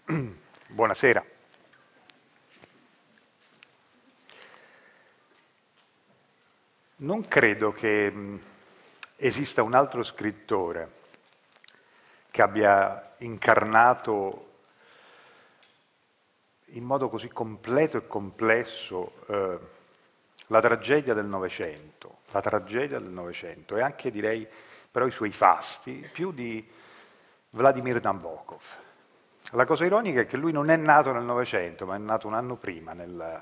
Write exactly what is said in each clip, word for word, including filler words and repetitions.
Buonasera. Non credo che mh, esista un altro scrittore che abbia incarnato in modo così completo e complesso eh, la tragedia del Novecento, la tragedia del Novecento e anche direi però i suoi fasti, più di Vladimir Nabokov. La cosa ironica è che lui non è nato nel Novecento, ma è nato un anno prima, nel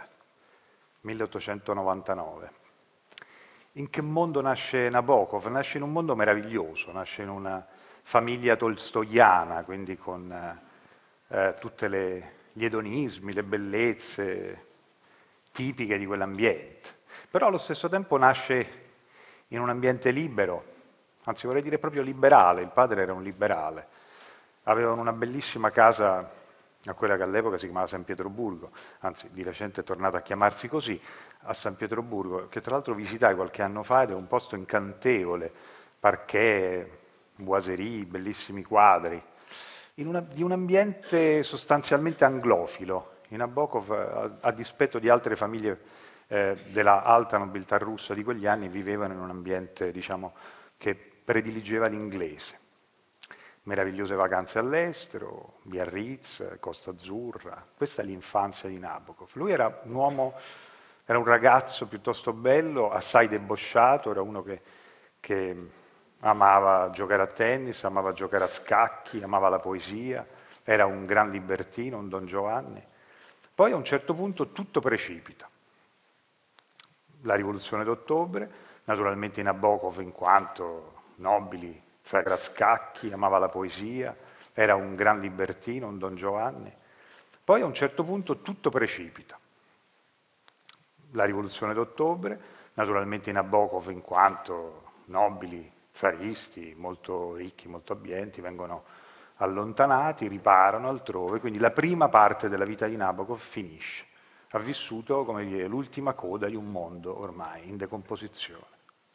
milleottocentonovantanove. In che mondo nasce Nabokov? Nasce in un mondo meraviglioso, nasce in una famiglia tolstoiana, quindi con eh, tutti gli edonismi, le bellezze tipiche di quell'ambiente. Però allo stesso tempo nasce in un ambiente libero, anzi vorrei dire proprio liberale, il padre era un liberale, avevano una bellissima casa a quella che all'epoca si chiamava San Pietroburgo, anzi di recente è tornata a chiamarsi così, a San Pietroburgo, che tra l'altro visitai qualche anno fa ed è un posto incantevole, parquet, boiserie, bellissimi quadri, in una- di un ambiente sostanzialmente anglofilo. In Nabokov, a, a dispetto di altre famiglie eh, della alta nobiltà russa di quegli anni, vivevano in un ambiente, diciamo, che prediligeva l'inglese. Meravigliose vacanze all'estero, Biarritz, Costa Azzurra, questa è l'infanzia di Nabokov. Lui era un uomo, era un ragazzo piuttosto bello, assai debosciato, era uno che, che amava giocare a tennis, amava giocare a scacchi, amava la poesia, era un gran libertino, un Don Giovanni. Poi a un certo punto tutto precipita. La rivoluzione d'ottobre, naturalmente Nabokov in quanto nobili, era a scacchi, amava la poesia, era un gran libertino, un Don Giovanni. Poi a un certo punto tutto precipita. La rivoluzione d'ottobre, naturalmente Nabokov in quanto nobili zaristi, molto ricchi, molto abbienti, vengono allontanati, riparano altrove, quindi la prima parte della vita di Nabokov finisce. Ha vissuto, come dire, l'ultima coda di un mondo ormai in decomposizione.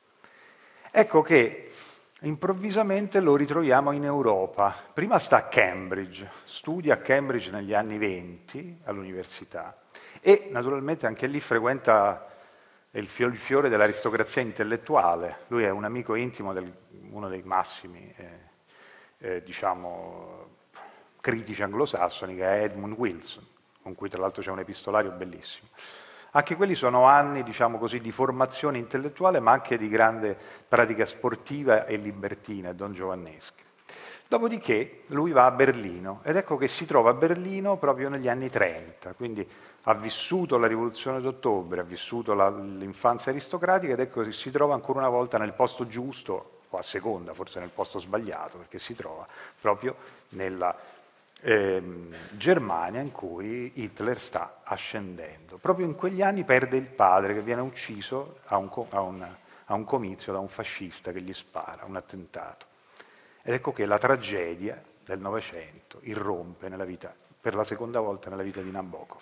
Ecco che improvvisamente lo ritroviamo in Europa. Prima sta a Cambridge, studia a Cambridge negli anni venti all'università e naturalmente anche lì frequenta il fior- il fiore dell'aristocrazia intellettuale. Lui è un amico intimo di uno dei massimi, eh, eh, diciamo, critici anglosassoni, che è Edmund Wilson, con cui tra l'altro c'è un epistolario bellissimo. Anche quelli sono anni, diciamo così, di formazione intellettuale, ma anche di grande pratica sportiva e libertina, don Giovanneschi. Dopodiché lui va a Berlino ed ecco che si trova a Berlino proprio negli anni trenta, quindi ha vissuto la rivoluzione d'ottobre, ha vissuto la- l'infanzia aristocratica ed ecco che si trova ancora una volta nel posto giusto, o a seconda, forse nel posto sbagliato, perché si trova proprio nella ehm, Germania in cui Hitler sta ascendendo. Proprio in quegli anni perde il padre che viene ucciso a un, co- a un- a un comizio da un fascista che gli spara, un attentato. Ed ecco che la tragedia del Novecento irrompe nella vita, per la seconda volta nella vita di Nabokov.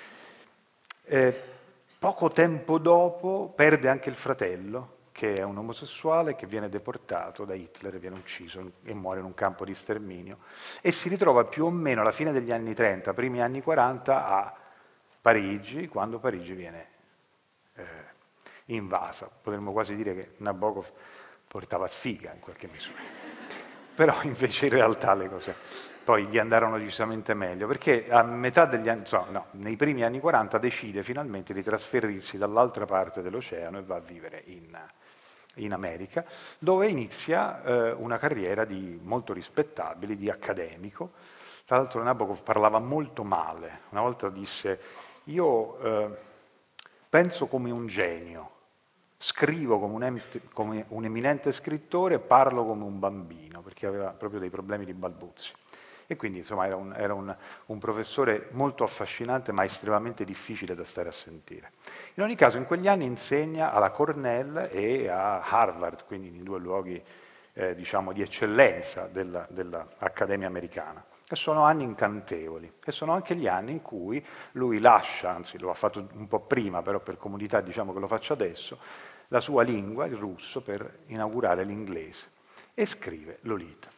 Eh, poco tempo dopo perde anche il fratello, che è un omosessuale che viene deportato da Hitler, viene ucciso e muore in un campo di sterminio, e si ritrova più o meno alla fine degli anni trenta, primi anni quaranta, a Parigi, quando Parigi viene eh, invasa. Potremmo quasi dire che Nabokov portava sfiga in qualche misura. Però invece in realtà le cose poi gli andarono decisamente meglio, perché a metà degli anni, insomma, no, nei primi anni quaranta decide finalmente di trasferirsi dall'altra parte dell'oceano e va a vivere in, in America, dove inizia eh, una carriera di, molto rispettabile, di accademico. Tra l'altro Nabokov parlava molto male, una volta disse, io eh, penso come un genio, scrivo come un, ente- come un eminente scrittore e parlo come un bambino, perché aveva proprio dei problemi di balbuzio. E quindi insomma era, un, era un, un professore molto affascinante ma estremamente difficile da stare a sentire. In ogni caso in quegli anni insegna alla Cornell e a Harvard, quindi in due luoghi eh, diciamo di eccellenza della- dell'Accademia americana. E sono anni incantevoli e sono anche gli anni in cui lui lascia, anzi lo ha fatto un po' prima, però per comodità diciamo che lo faccio adesso, la sua lingua, il russo, per inaugurare l'inglese e scrive Lolita.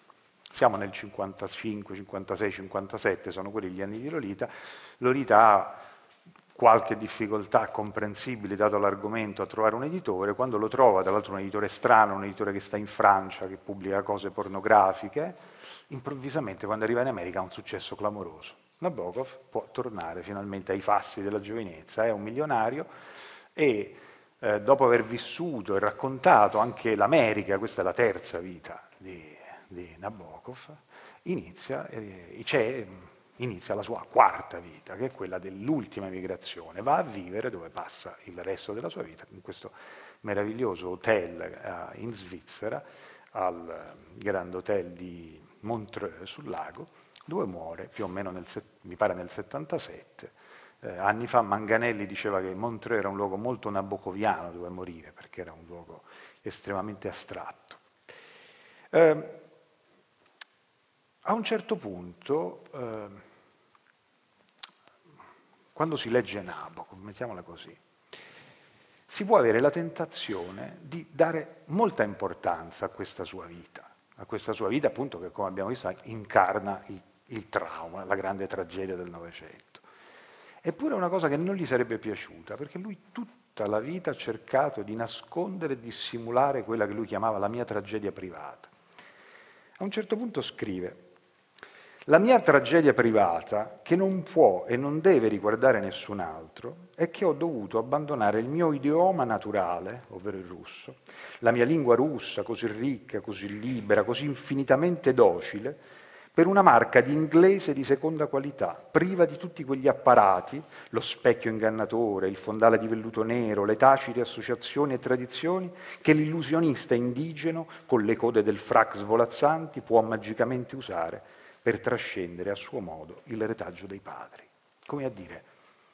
Siamo nel cinquantacinque, cinquantasei, cinquantasette, sono quelli gli anni di Lolita. Lolita ha qualche difficoltà comprensibile, dato l'argomento, a trovare un editore. Quando lo trova, tra l'altro un editore strano, un editore che sta in Francia, che pubblica cose pornografiche, improvvisamente quando arriva in America ha un successo clamoroso. Nabokov può tornare finalmente ai fasti della giovinezza, è un milionario e eh, dopo aver vissuto e raccontato anche l'America, questa è la terza vita di, di Nabokov, inizia, eh, c'è, inizia la sua quarta vita, che è quella dell'ultima migrazione. Va a vivere dove passa il resto della sua vita, in questo meraviglioso hotel eh, in Svizzera, al Grand Hotel di Montreux sul lago, dove muore più o meno nel, mi pare nel settantasette. Eh, anni fa Manganelli diceva che Montreux era un luogo molto nabocoviano dove morire, perché era un luogo estremamente astratto. Eh, a un certo punto, eh, quando si legge Nabokov, mettiamola così, si può avere la tentazione di dare molta importanza a questa sua vita, a questa sua vita appunto che, come abbiamo visto, incarna il, il trauma, la grande tragedia del Novecento. Eppure è una cosa che non gli sarebbe piaciuta, perché lui tutta la vita ha cercato di nascondere e dissimulare quella che lui chiamava la mia tragedia privata. A un certo punto scrive: la mia tragedia privata, che non può e non deve riguardare nessun altro, è che ho dovuto abbandonare il mio idioma naturale, ovvero il russo, la mia lingua russa, così ricca, così libera, così infinitamente docile, per una marca di inglese di seconda qualità, priva di tutti quegli apparati, lo specchio ingannatore, il fondale di velluto nero, le tacite associazioni e tradizioni, che l'illusionista indigeno, con le code del frac svolazzanti, può magicamente usare per trascendere a suo modo il retaggio dei padri. Come a dire,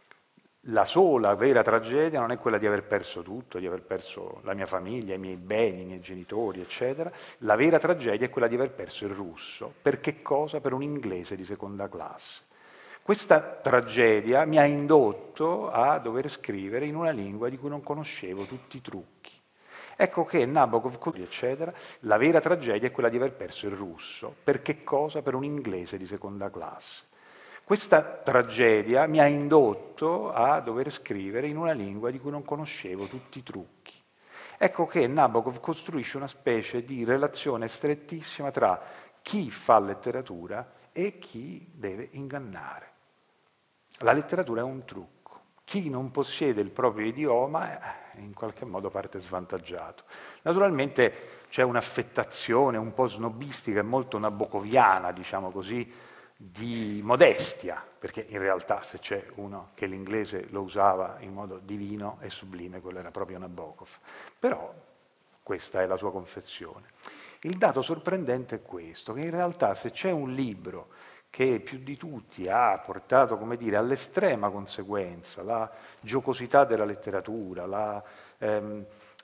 la sola vera tragedia non è quella di aver perso tutto, di aver perso la mia famiglia, i miei beni, i miei genitori, eccetera. La vera tragedia è quella di aver perso il russo. Per che cosa? Per un inglese di seconda classe. Questa tragedia mi ha indotto a dover scrivere in una lingua di cui non conoscevo tutti i trucchi. Ecco che Nabokov, eccetera, la vera tragedia è quella di aver perso il russo. Per che cosa? Per un inglese di seconda classe. Questa tragedia mi ha indotto a dover scrivere in una lingua di cui non conoscevo tutti i trucchi. Ecco che Nabokov costruisce una specie di relazione strettissima tra chi fa letteratura e chi deve ingannare. La letteratura è un trucco. Chi non possiede il proprio idioma in qualche modo parte svantaggiato. Naturalmente c'è un'affettazione un po' snobistica e molto nabocoviana, diciamo così, di modestia, perché in realtà se c'è uno che l'inglese lo usava in modo divino e sublime, quello era proprio Nabokov. Però questa è la sua confessione. Il dato sorprendente è questo, che in realtà se c'è un libro che più di tutti ha portato, come dire, all'estrema conseguenza la giocosità della letteratura, la, ehm,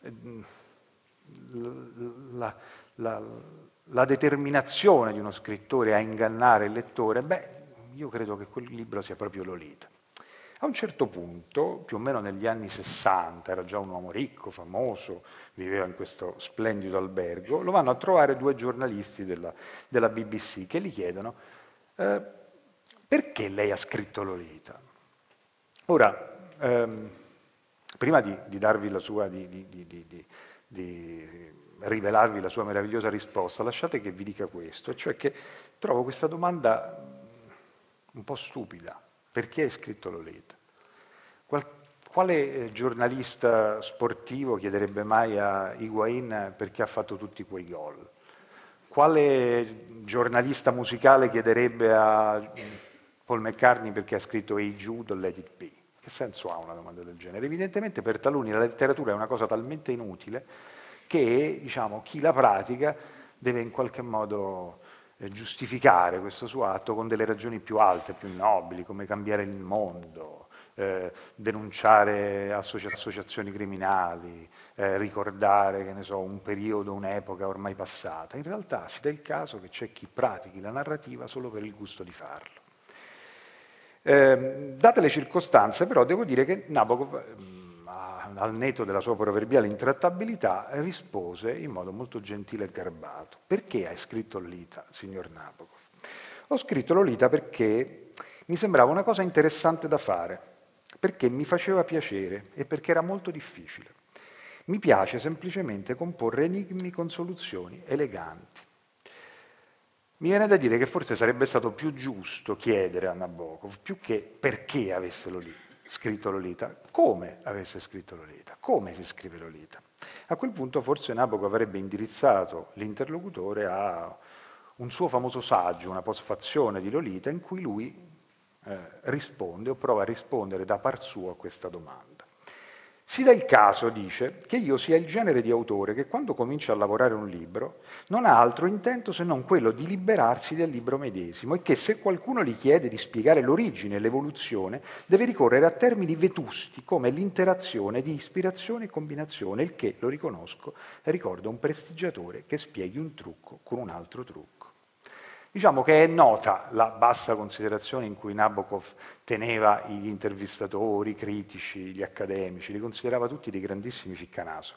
la, la, la determinazione di uno scrittore a ingannare il lettore, beh, io credo che quel libro sia proprio Lolita. A un certo punto, più o meno negli anni sessanta, era già un uomo ricco, famoso, viveva in questo splendido albergo, lo vanno a trovare due giornalisti della, della B B C che gli chiedono eh, perché lei ha scritto Lolita? Ora, ehm, prima di, di darvi la sua, di, di, di, di rivelarvi la sua meravigliosa risposta, lasciate che vi dica questo, cioè che trovo questa domanda un po' stupida. Perché hai scritto Lolita? Qual, quale giornalista sportivo chiederebbe mai a Higuain perché ha fatto tutti quei gol? Quale giornalista musicale chiederebbe a Paul McCartney perché ha scritto Hey Jude o Let It Be? Che senso ha una domanda del genere? Evidentemente per taluni la letteratura è una cosa talmente inutile che, diciamo, chi la pratica deve in qualche modo eh, giustificare questo suo atto con delle ragioni più alte, più nobili, come cambiare il mondo, eh, denunciare associa- associazioni criminali, eh, ricordare, che ne so, un periodo, un'epoca ormai passata. In realtà si dà il caso che c'è chi pratichi la narrativa solo per il gusto di farlo. Eh, date le circostanze, però, devo dire che Nabokov, al netto della sua proverbiale intrattabilità, rispose in modo molto gentile e garbato: perché hai scritto Lolita, signor Nabokov? Ho scritto Lolita perché mi sembrava una cosa interessante da fare, perché mi faceva piacere e perché era molto difficile. Mi piace semplicemente comporre enigmi con soluzioni eleganti. Mi viene da dire che forse sarebbe stato più giusto chiedere a Nabokov, più che perché avesse Lolita, scritto Lolita, come avesse scritto Lolita, come si scrive Lolita. A quel punto forse Nabokov avrebbe indirizzato l'interlocutore a un suo famoso saggio, una postfazione di Lolita, in cui lui eh, risponde o prova a rispondere da par suo a questa domanda. Si dà il caso, dice, che io sia il genere di autore che quando comincia a lavorare un libro non ha altro intento se non quello di liberarsi del libro medesimo e che se qualcuno gli chiede di spiegare l'origine e l'evoluzione deve ricorrere a termini vetusti come l'interazione di ispirazione e combinazione, il che, lo riconosco, ricorda un prestigiatore che spieghi un trucco con un altro trucco. Diciamo che è nota la bassa considerazione in cui Nabokov teneva gli intervistatori, i critici, gli accademici, li considerava tutti dei grandissimi ficcanaso.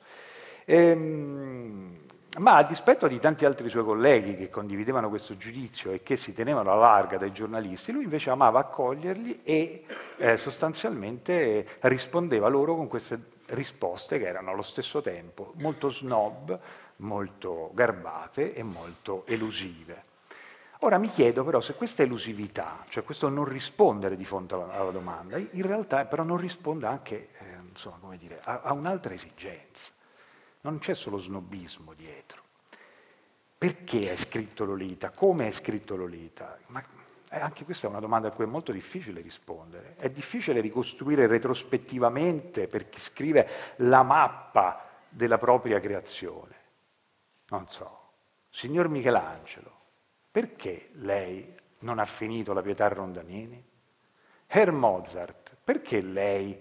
Ehm, ma a dispetto di tanti altri suoi colleghi che condividevano questo giudizio e che si tenevano alla larga dai giornalisti, lui invece amava accoglierli e eh, sostanzialmente rispondeva loro con queste risposte che erano allo stesso tempo molto snob, molto garbate e molto elusive. Ora mi chiedo però se questa elusività, cioè questo non rispondere di fronte alla, alla domanda, in realtà però non risponde anche, eh, insomma, come dire, a, a un'altra esigenza. Non c'è solo snobismo dietro. Perché è scritto Lolita? Come è scritto Lolita? Ma eh, anche questa è una domanda a cui è molto difficile rispondere. È difficile ricostruire retrospettivamente per chi scrive la mappa della propria creazione. Non so, signor Michelangelo, perché lei non ha finito la Pietà Rondanini? Herr Mozart, perché lei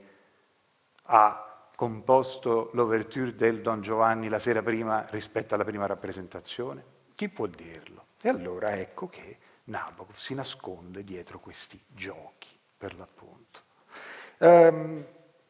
ha composto l'ouverture del Don Giovanni la sera prima rispetto alla prima rappresentazione? Chi può dirlo? E allora ecco che Nabokov si nasconde dietro questi giochi, per l'appunto. Um,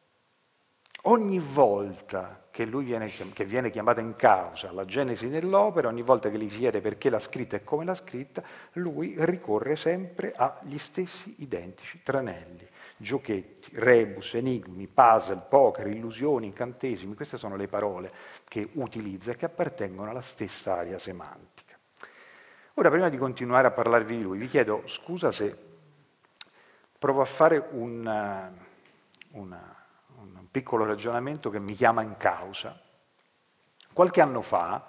Ogni volta che lui viene, che viene chiamata in causa la genesi dell'opera, ogni volta che gli chiede perché l'ha scritta e come l'ha scritta, lui ricorre sempre agli stessi identici tranelli, giochetti, rebus, enigmi, puzzle, poker, illusioni, incantesimi, queste sono le parole che utilizza e che appartengono alla stessa area semantica. Ora, prima di continuare a parlarvi di lui, vi chiedo scusa se provo a fare un, una, un piccolo ragionamento che mi chiama in causa. Qualche anno fa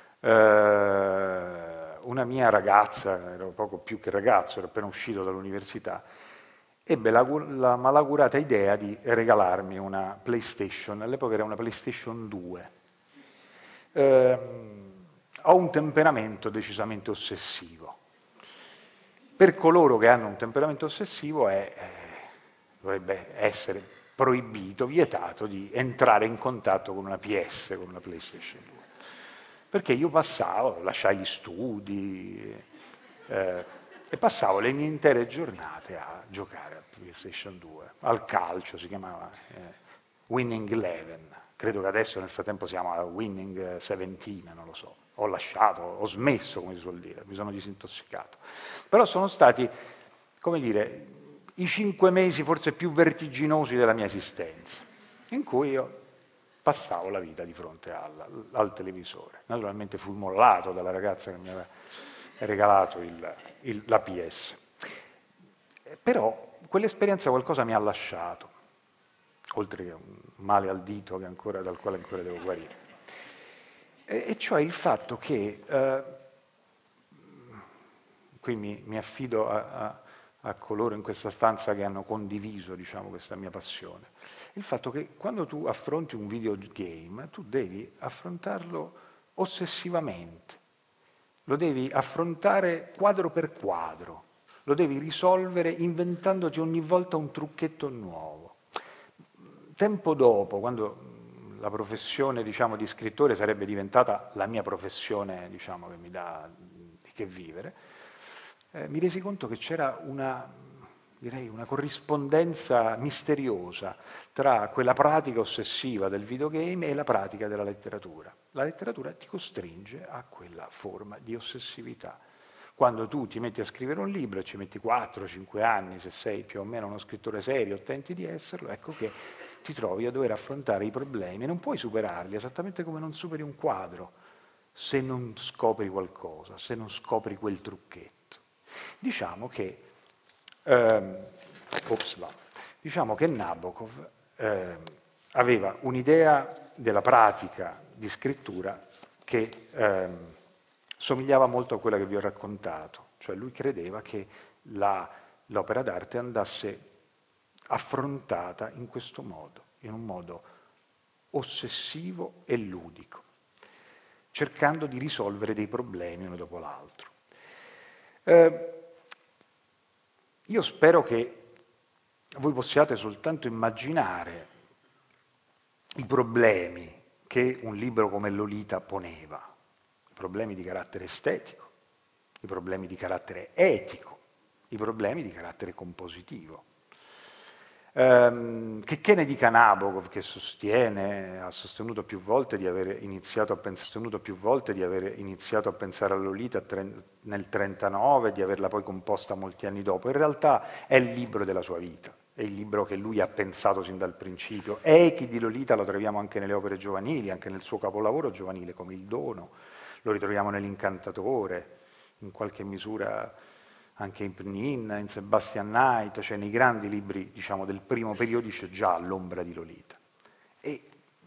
eh, una mia ragazza, ero poco più che ragazzo, ero appena uscito dall'università, ebbe la, la malaugurata idea di regalarmi una PlayStation, all'epoca era una PlayStation due. Eh, ho un temperamento decisamente ossessivo. Per coloro che hanno un temperamento ossessivo è, eh, dovrebbe essere proibito, vietato di entrare in contatto con una P S, con una PlayStation due. Perché io passavo, lasciai gli studi eh, e passavo le mie intere giornate a giocare a PlayStation due, al calcio, si chiamava eh, Winning Eleven. Credo che adesso nel frattempo si chiama Winning Seventeen, non lo so. Ho lasciato, ho smesso, come si suol dire, mi sono disintossicato. Però sono stati, come dire, i cinque mesi forse più vertiginosi della mia esistenza, in cui io passavo la vita di fronte al, al televisore. Naturalmente fui mollato dalla ragazza che mi aveva regalato il, il, la P S. Però quell'esperienza qualcosa mi ha lasciato, oltre che un male al dito che ancora, dal quale ancora devo guarire. E, e cioè il fatto che, eh, qui mi, mi affido a, a, a coloro in questa stanza che hanno condiviso, diciamo, questa mia passione, il fatto che quando tu affronti un videogame, tu devi affrontarlo ossessivamente, lo devi affrontare quadro per quadro, lo devi risolvere inventandoti ogni volta un trucchetto nuovo. Tempo dopo, quando la professione, diciamo, di scrittore sarebbe diventata la mia professione, diciamo, che mi dà di che vivere, eh, mi resi conto che c'era una, direi una corrispondenza misteriosa tra quella pratica ossessiva del videogame e la pratica della letteratura. La letteratura ti costringe a quella forma di ossessività. Quando tu ti metti a scrivere un libro e ci metti quattro cinque anni, se sei più o meno uno scrittore serio o tenti di esserlo, ecco che ti trovi a dover affrontare i problemi e non puoi superarli, esattamente come non superi un quadro se non scopri qualcosa, se non scopri quel trucchetto. Diciamo che, ehm, ops, là. Diciamo che Nabokov ehm, aveva un'idea della pratica di scrittura che ehm, somigliava molto a quella che vi ho raccontato, cioè lui credeva che la- l'opera d'arte andasse affrontata in questo modo, in un modo ossessivo e ludico, cercando di risolvere dei problemi uno dopo l'altro. Eh, io spero che voi possiate soltanto immaginare i problemi che un libro come Lolita poneva, i problemi di carattere estetico, i problemi di carattere etico, i problemi di carattere compositivo. Ehm, che, che ne dica Nabokov, che sostiene, ha sostenuto più volte di aver iniziato a, pens- sostenuto più volte di aver iniziato a pensare a Lolita tre- nel trentanove, di averla poi composta molti anni dopo. In realtà è il libro della sua vita, è il libro che lui ha pensato sin dal principio. Echi di Lolita lo troviamo anche nelle opere giovanili, anche nel suo capolavoro giovanile come Il Dono, lo ritroviamo nell'Incantatore, in qualche misura anche in Pnin, in Sebastian Knight, cioè nei grandi libri diciamo, del primo periodo c'è già l'ombra di Lolita. E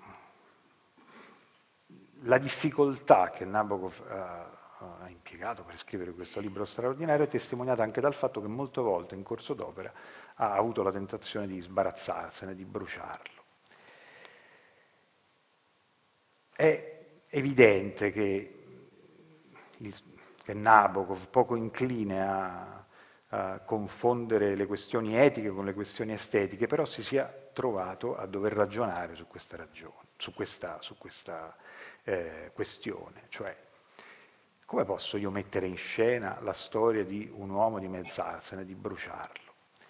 la difficoltà che Nabokov eh, ha impiegato per scrivere questo libro straordinario è testimoniata anche dal fatto che molte volte in corso d'opera ha avuto la tentazione di sbarazzarsene, di bruciarlo. È evidente che, il, che Nabokov, poco incline a, a confondere le questioni etiche con le questioni estetiche, però si sia trovato a dover ragionare su questa ragione, su questa, su questa eh, questione, cioè come posso io mettere in scena la storia di un uomo di mezzarsene, di bruciarlo?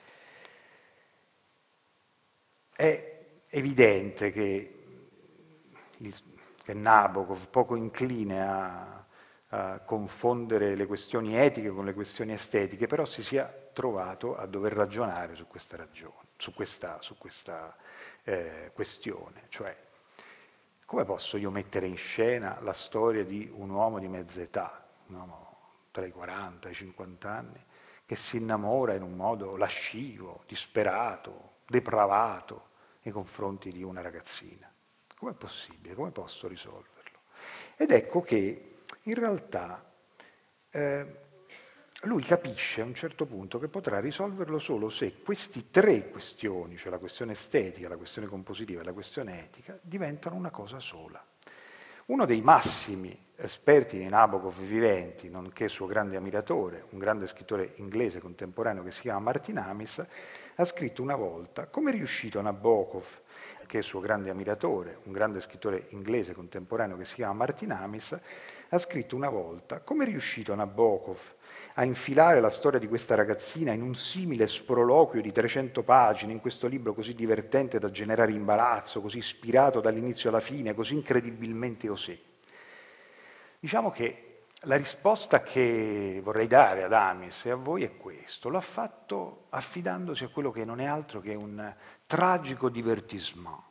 È evidente che, il, che Nabokov, poco incline a, a confondere le questioni etiche con le questioni estetiche, però si sia trovato a dover ragionare su questa ragione, su questa, su questa eh, questione, cioè come posso io mettere in scena la storia di un uomo di mezza età, un uomo tra i quaranta e i cinquanta anni, che si innamora in un modo lascivo, disperato, depravato nei confronti di una ragazzina? Com'è possibile? Come posso risolverlo? Ed ecco che in realtà eh, lui capisce a un certo punto che potrà risolverlo solo se queste tre questioni, cioè la questione estetica, la questione compositiva e la questione etica, diventano una cosa sola. Uno dei massimi esperti di Nabokov viventi, nonché suo grande ammiratore, un grande scrittore inglese contemporaneo che si chiama Martin Amis, ha scritto una volta come è riuscito Nabokov, che è suo grande ammiratore, un grande scrittore inglese contemporaneo che si chiama Martin Amis, ha scritto una volta come è riuscito Nabokov a infilare la storia di questa ragazzina in un simile sproloquio di trecento pagine, in questo libro così divertente da generare imbarazzo, così ispirato dall'inizio alla fine, così incredibilmente osé. Diciamo che la risposta che vorrei dare ad Amis e a voi è questo. L'ha fatto affidandosi a quello che non è altro che un tragico divertissement.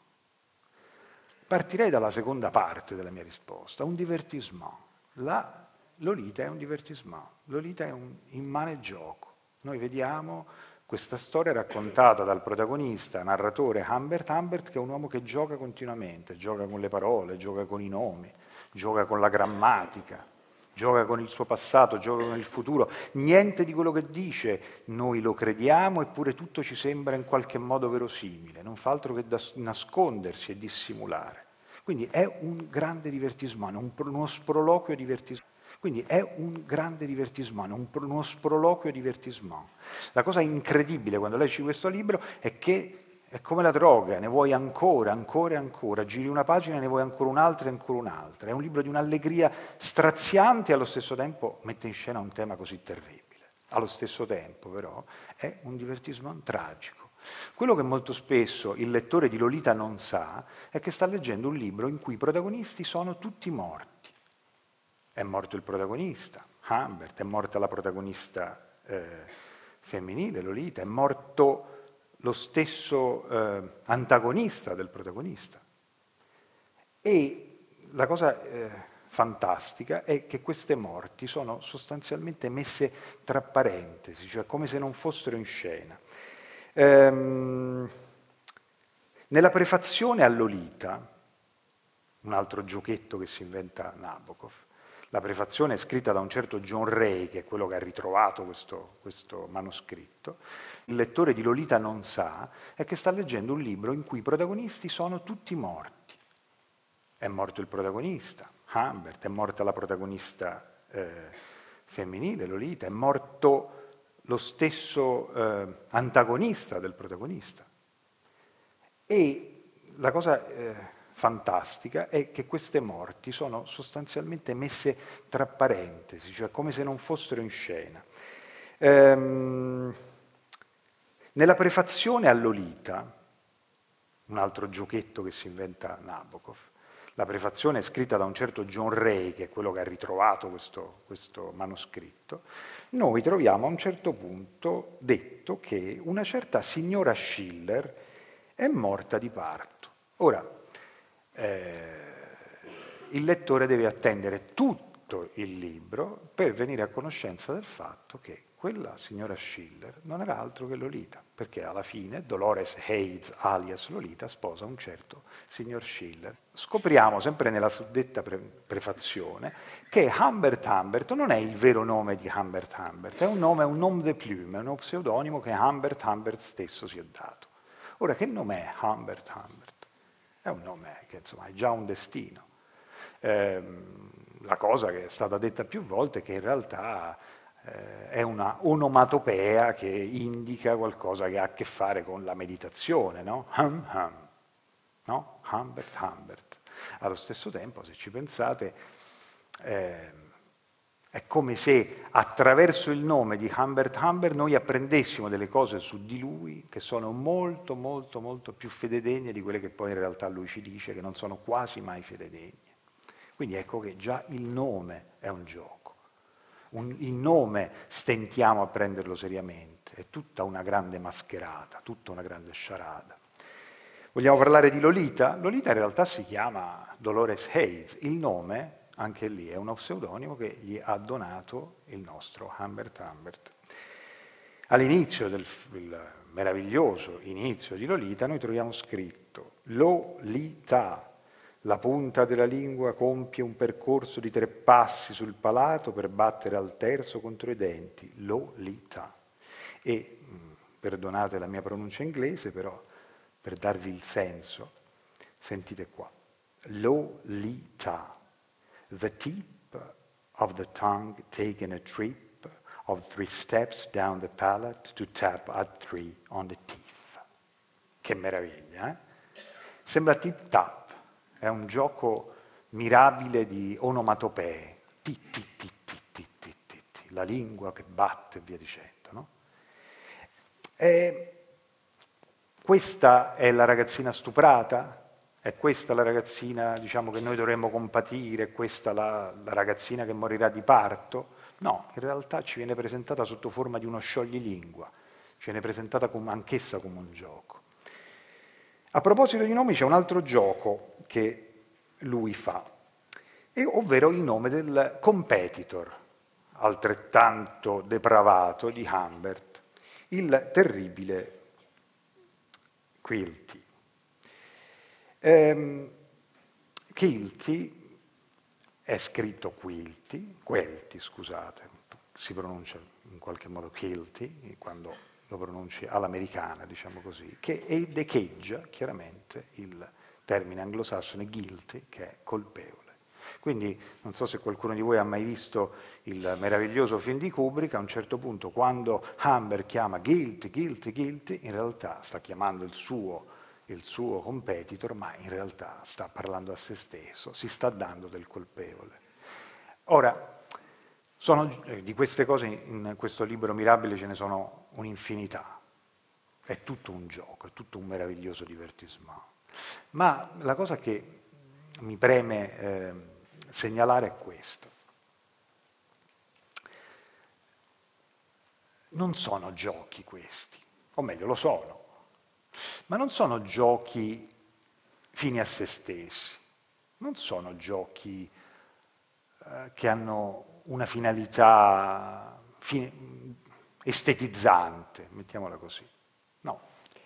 Partirei dalla seconda parte della mia risposta, un divertissement. La Lolita è un divertissement, Lolita è un immane gioco. Noi vediamo questa storia raccontata dal protagonista, narratore Humbert Humbert, che è un uomo che gioca continuamente, gioca con le parole, gioca con i nomi, gioca con la grammatica, gioca con il suo passato, gioca con il futuro. Niente di quello che dice noi lo crediamo, eppure tutto ci sembra in qualche modo verosimile, non fa altro che nascondersi e dissimulare. Quindi è un grande divertissement, un, uno sproloquio divertissement. Quindi è un grande divertissement, un, uno sproloquio divertissement. La cosa incredibile quando leggi questo libro è che è come la droga, ne vuoi ancora, ancora e ancora, giri una pagina e ne vuoi ancora un'altra e ancora un'altra. È un libro di un'allegria straziante e allo stesso tempo mette in scena un tema così terribile. Allo stesso tempo, però, è un divertissement tragico. Quello che molto spesso il lettore di Lolita non sa è che sta leggendo un libro in cui i protagonisti sono tutti morti. È morto il protagonista, Humbert, è morta la protagonista eh, femminile, Lolita, è morto lo stesso eh, antagonista del protagonista. E la cosa eh, fantastica è che queste morti sono sostanzialmente messe tra parentesi, cioè come se non fossero in scena. Ehm, nella prefazione a Lolita, un altro giochetto che si inventa Nabokov, la prefazione è scritta da un certo John Ray, che è quello che ha ritrovato questo, questo manoscritto. Il lettore di Lolita non sa è che sta leggendo un libro in cui i protagonisti sono tutti morti. È morto il protagonista, Humbert, è morta la protagonista eh, femminile, Lolita, è morto lo stesso eh, antagonista del protagonista. E la cosa eh, fantastica è che queste morti sono sostanzialmente messe tra parentesi, cioè come se non fossero in scena. Ehm, nella prefazione a Lolita, un altro giochetto che si inventa Nabokov, la prefazione è scritta da un certo John Ray, che è quello che ha ritrovato questo, questo manoscritto, noi troviamo a un certo punto detto che una certa signora Schiller è morta di parto. Ora, eh, il lettore deve attendere tutto il libro per venire a conoscenza del fatto che quella signora Schiller non era altro che Lolita, perché alla fine Dolores Hayes alias Lolita sposa un certo signor Schiller. Scopriamo, sempre nella suddetta pre- prefazione, che Humbert Humbert non è il vero nome di Humbert Humbert, è un nome, un nom de plume, è uno pseudonimo che Humbert Humbert stesso si è dato. Ora, che nome è Humbert Humbert? È un nome che insomma è già un destino. Eh, la cosa che è stata detta più volte è che in realtà eh, è una onomatopea che indica qualcosa che ha a che fare con la meditazione, no? Hum hum, no? Humbert Humbert. Allo stesso tempo, se ci pensate, eh, è come se attraverso il nome di Humbert Humbert noi apprendessimo delle cose su di lui che sono molto, molto, molto più fidedegne di quelle che poi in realtà lui ci dice, che non sono quasi mai fidedegne. Quindi ecco che già il nome è un gioco. Un, il nome stentiamo a prenderlo seriamente, è tutta una grande mascherata, tutta una grande sciarada. Vogliamo parlare di Lolita? Lolita in realtà si chiama Dolores Hayes, il nome, anche lì, è uno pseudonimo che gli ha donato il nostro Humbert Humbert. All'inizio del il meraviglioso inizio di Lolita noi troviamo scritto Lolita, la punta della lingua compie un percorso di tre passi sul palato per battere al terzo contro i denti, Lolita. E, mh, perdonate la mia pronuncia inglese, però per darvi il senso, sentite qua. Lolita, the tip of the tongue taking a trip of three steps down the palate to tap at three on the teeth. Che meraviglia, eh? Sembra tip tap, è un gioco mirabile di onomatopee. Ti, ti, ti, ti, ti, ti, ti, ti, la lingua che batte e via dicendo, no? E questa è la ragazzina stuprata? È questa la ragazzina, diciamo, che noi dovremmo compatire? È questa la, la ragazzina che morirà di parto? No, in realtà ci viene presentata sotto forma di uno scioglilingua, ci viene presentata come, anch'essa come un gioco. A proposito di nomi c'è un altro gioco che lui fa, e, ovvero il nome del competitor, altrettanto depravato di Humbert, il terribile Quilty. Ehm, Quilty è scritto Quilty, Quelti, scusate, si pronuncia in qualche modo Quilty quando lo pronunci all'americana, diciamo così, che echeggia chiaramente il termine anglosassone guilty, che è colpevole. Quindi non so se qualcuno di voi ha mai visto il meraviglioso film di Kubrick, a un certo punto quando Humbert chiama guilty, guilty, guilty, in realtà sta chiamando il suo, il suo competitor, ma in realtà sta parlando a se stesso, si sta dando del colpevole. Ora, Sono, eh, di queste cose in questo libro mirabile ce ne sono un'infinità. È tutto un gioco, è tutto un meraviglioso divertissement. Ma la cosa che mi preme eh, segnalare è questo. Non sono giochi questi, o meglio lo sono, ma non sono giochi fini a se stessi, non sono giochi eh, che hanno una finalità fin- estetizzante, mettiamola così. No.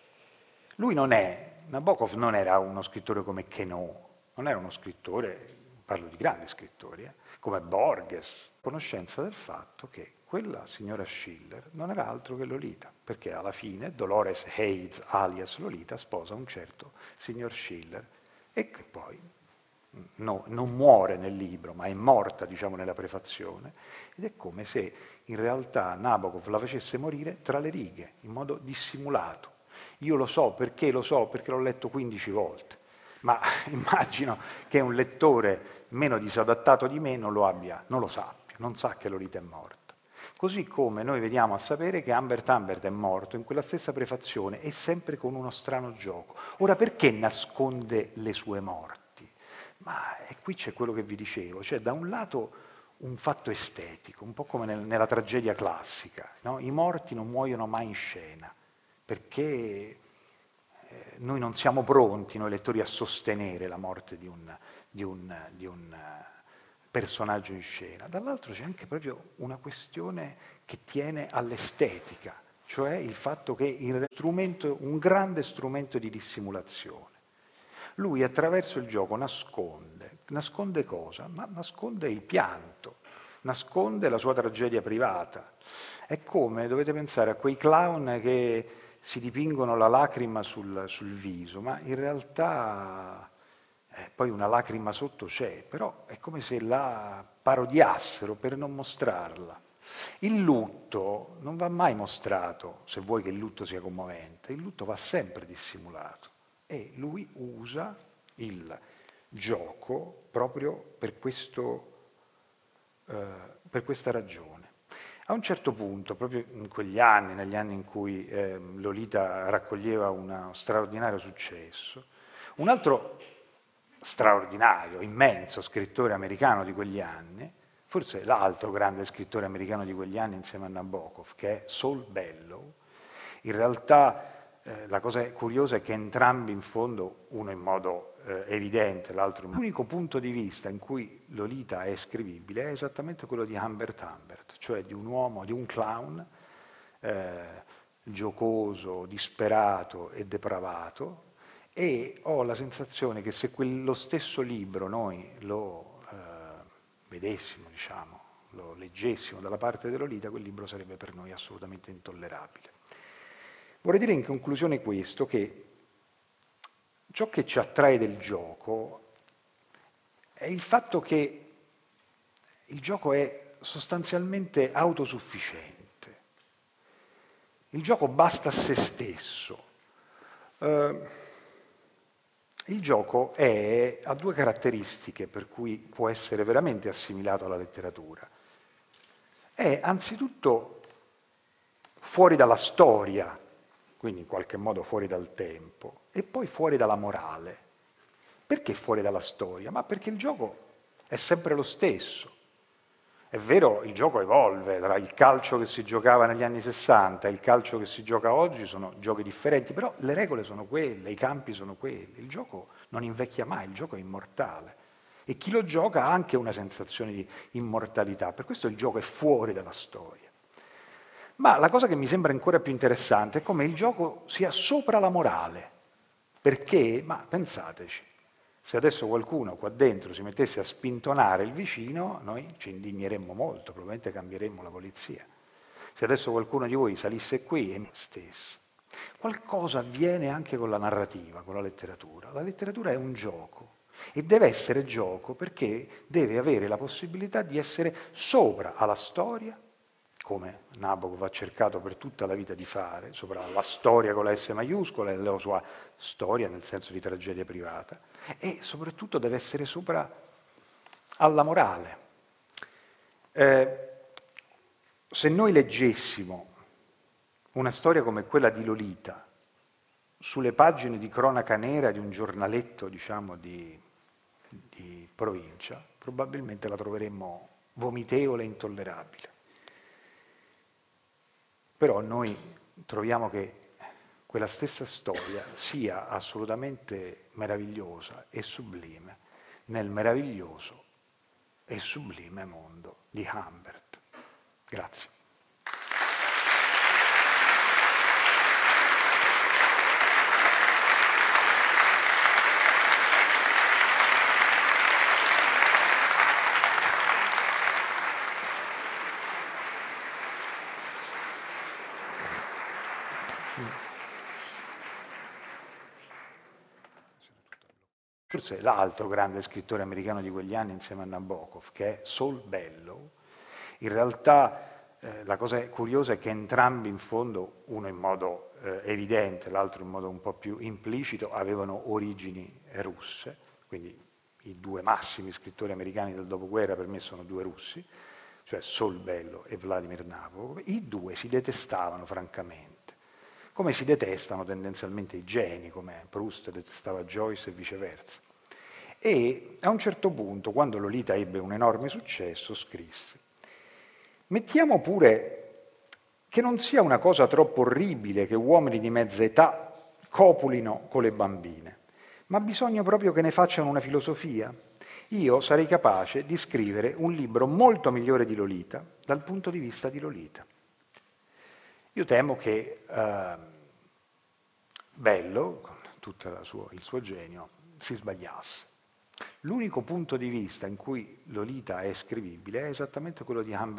Lui non è, Nabokov non era uno scrittore come Queneau, non era uno scrittore, parlo di grandi scrittori, eh, come Borges, conoscenza del fatto che quella signora Schiller non era altro che Lolita, perché alla fine Dolores Hayes, alias Lolita, sposa un certo signor Schiller e che poi no, non muore nel libro, ma è morta, diciamo, nella prefazione, ed è come se in realtà Nabokov la facesse morire tra le righe, in modo dissimulato. Io lo so perché lo so, perché l'ho letto quindici volte, ma immagino che un lettore meno disadattato di me non lo abbia, non lo sappia, non sa che Lolita è morta. Così come noi vediamo a sapere che Humbert Humbert è morto in quella stessa prefazione e sempre con uno strano gioco. Ora perché nasconde le sue morti? Ma e qui c'è quello che vi dicevo, cioè da un lato un fatto estetico, un po' come nel- nella tragedia classica, no? I morti non muoiono mai in scena, perché eh, noi non siamo pronti, noi lettori, a sostenere la morte di un, di un, di un eh, personaggio in scena. Dall'altro c'è anche proprio una questione che tiene all'estetica, cioè il fatto che il strumento, un grande strumento di dissimulazione. Lui attraverso il gioco nasconde, nasconde cosa? Ma nasconde il pianto, nasconde la sua tragedia privata. È come, dovete pensare, a quei clown che si dipingono la lacrima sul, sul viso, ma in realtà eh, poi una lacrima sotto c'è, però è come se la parodiassero per non mostrarla. Il lutto non va mai mostrato, se vuoi che il lutto sia commovente, il lutto va sempre dissimulato e lui usa il gioco proprio per, questo, eh, per questa ragione. A un certo punto, proprio in quegli anni, negli anni in cui eh, Lolita raccoglieva uno straordinario successo, un altro straordinario, immenso scrittore americano di quegli anni, forse l'altro grande scrittore americano di quegli anni insieme a Nabokov, che è Saul Bellow, in realtà eh, la cosa curiosa è che entrambi in fondo, uno in modo eh, evidente, l'altro in modo... L'unico punto di vista in cui Lolita è scrivibile è esattamente quello di Humbert Humbert, cioè di un uomo, di un clown eh, giocoso, disperato e depravato, e ho la sensazione che se quello stesso libro noi lo eh, vedessimo, diciamo, lo leggessimo dalla parte di Lolita, quel libro sarebbe per noi assolutamente intollerabile. Vorrei dire in conclusione questo, che ciò che ci attrae del gioco è il fatto che il gioco è sostanzialmente autosufficiente. Il gioco basta a se stesso. Eh, il gioco è, ha due caratteristiche per cui può essere veramente assimilato alla letteratura. È anzitutto fuori dalla storia, quindi in qualche modo fuori dal tempo, e poi fuori dalla morale. Perché fuori dalla storia? Ma perché il gioco è sempre lo stesso. È vero, il gioco evolve, tra il calcio che si giocava negli anni sessanta e il calcio che si gioca oggi sono giochi differenti, però le regole sono quelle, i campi sono quelli, il gioco non invecchia mai, il gioco è immortale. E chi lo gioca ha anche una sensazione di immortalità, per questo il gioco è fuori dalla storia. Ma la cosa che mi sembra ancora più interessante è come il gioco sia sopra la morale. Perché? Ma pensateci, se adesso qualcuno qua dentro si mettesse a spintonare il vicino, noi ci indigneremmo molto, probabilmente cambieremmo la polizia. Se adesso qualcuno di voi salisse qui e me stesso. Qualcosa avviene anche con la narrativa, con la letteratura. La letteratura è un gioco e deve essere gioco perché deve avere la possibilità di essere sopra alla storia, come Nabokov ha cercato per tutta la vita di fare, sopra la storia con la S maiuscola e la sua storia nel senso di tragedia privata, e soprattutto deve essere sopra alla morale. Eh, se noi leggessimo una storia come quella di Lolita sulle pagine di cronaca nera di un giornaletto, diciamo, di, di provincia, probabilmente la troveremmo vomitevole e intollerabile. Però noi troviamo che quella stessa storia sia assolutamente meravigliosa e sublime nel meraviglioso e sublime mondo di Humbert. Grazie. Forse l'altro grande scrittore americano di quegli anni insieme a Nabokov, che è Saul Bellow. In realtà eh, la cosa curiosa è che entrambi in fondo, uno in modo eh, evidente, l'altro in modo un po' più implicito, avevano origini russe, quindi i due massimi scrittori americani del dopoguerra per me sono due russi, cioè Saul Bellow e Vladimir Nabokov. I due si detestavano francamente, come si detestano tendenzialmente i geni, come Proust detestava Joyce e viceversa. E a un certo punto, quando Lolita ebbe un enorme successo, scrisse: mettiamo pure che non sia una cosa troppo orribile che uomini di mezza età copulino con le bambine, ma bisogna proprio che ne facciano una filosofia. Io sarei capace di scrivere un libro molto migliore di Lolita dal punto di vista di Lolita. Io temo che eh, Bello, con tutto suo, il suo genio, si sbagliasse. L'unico punto di vista in cui Lolita è scrivibile è esattamente quello di Humbert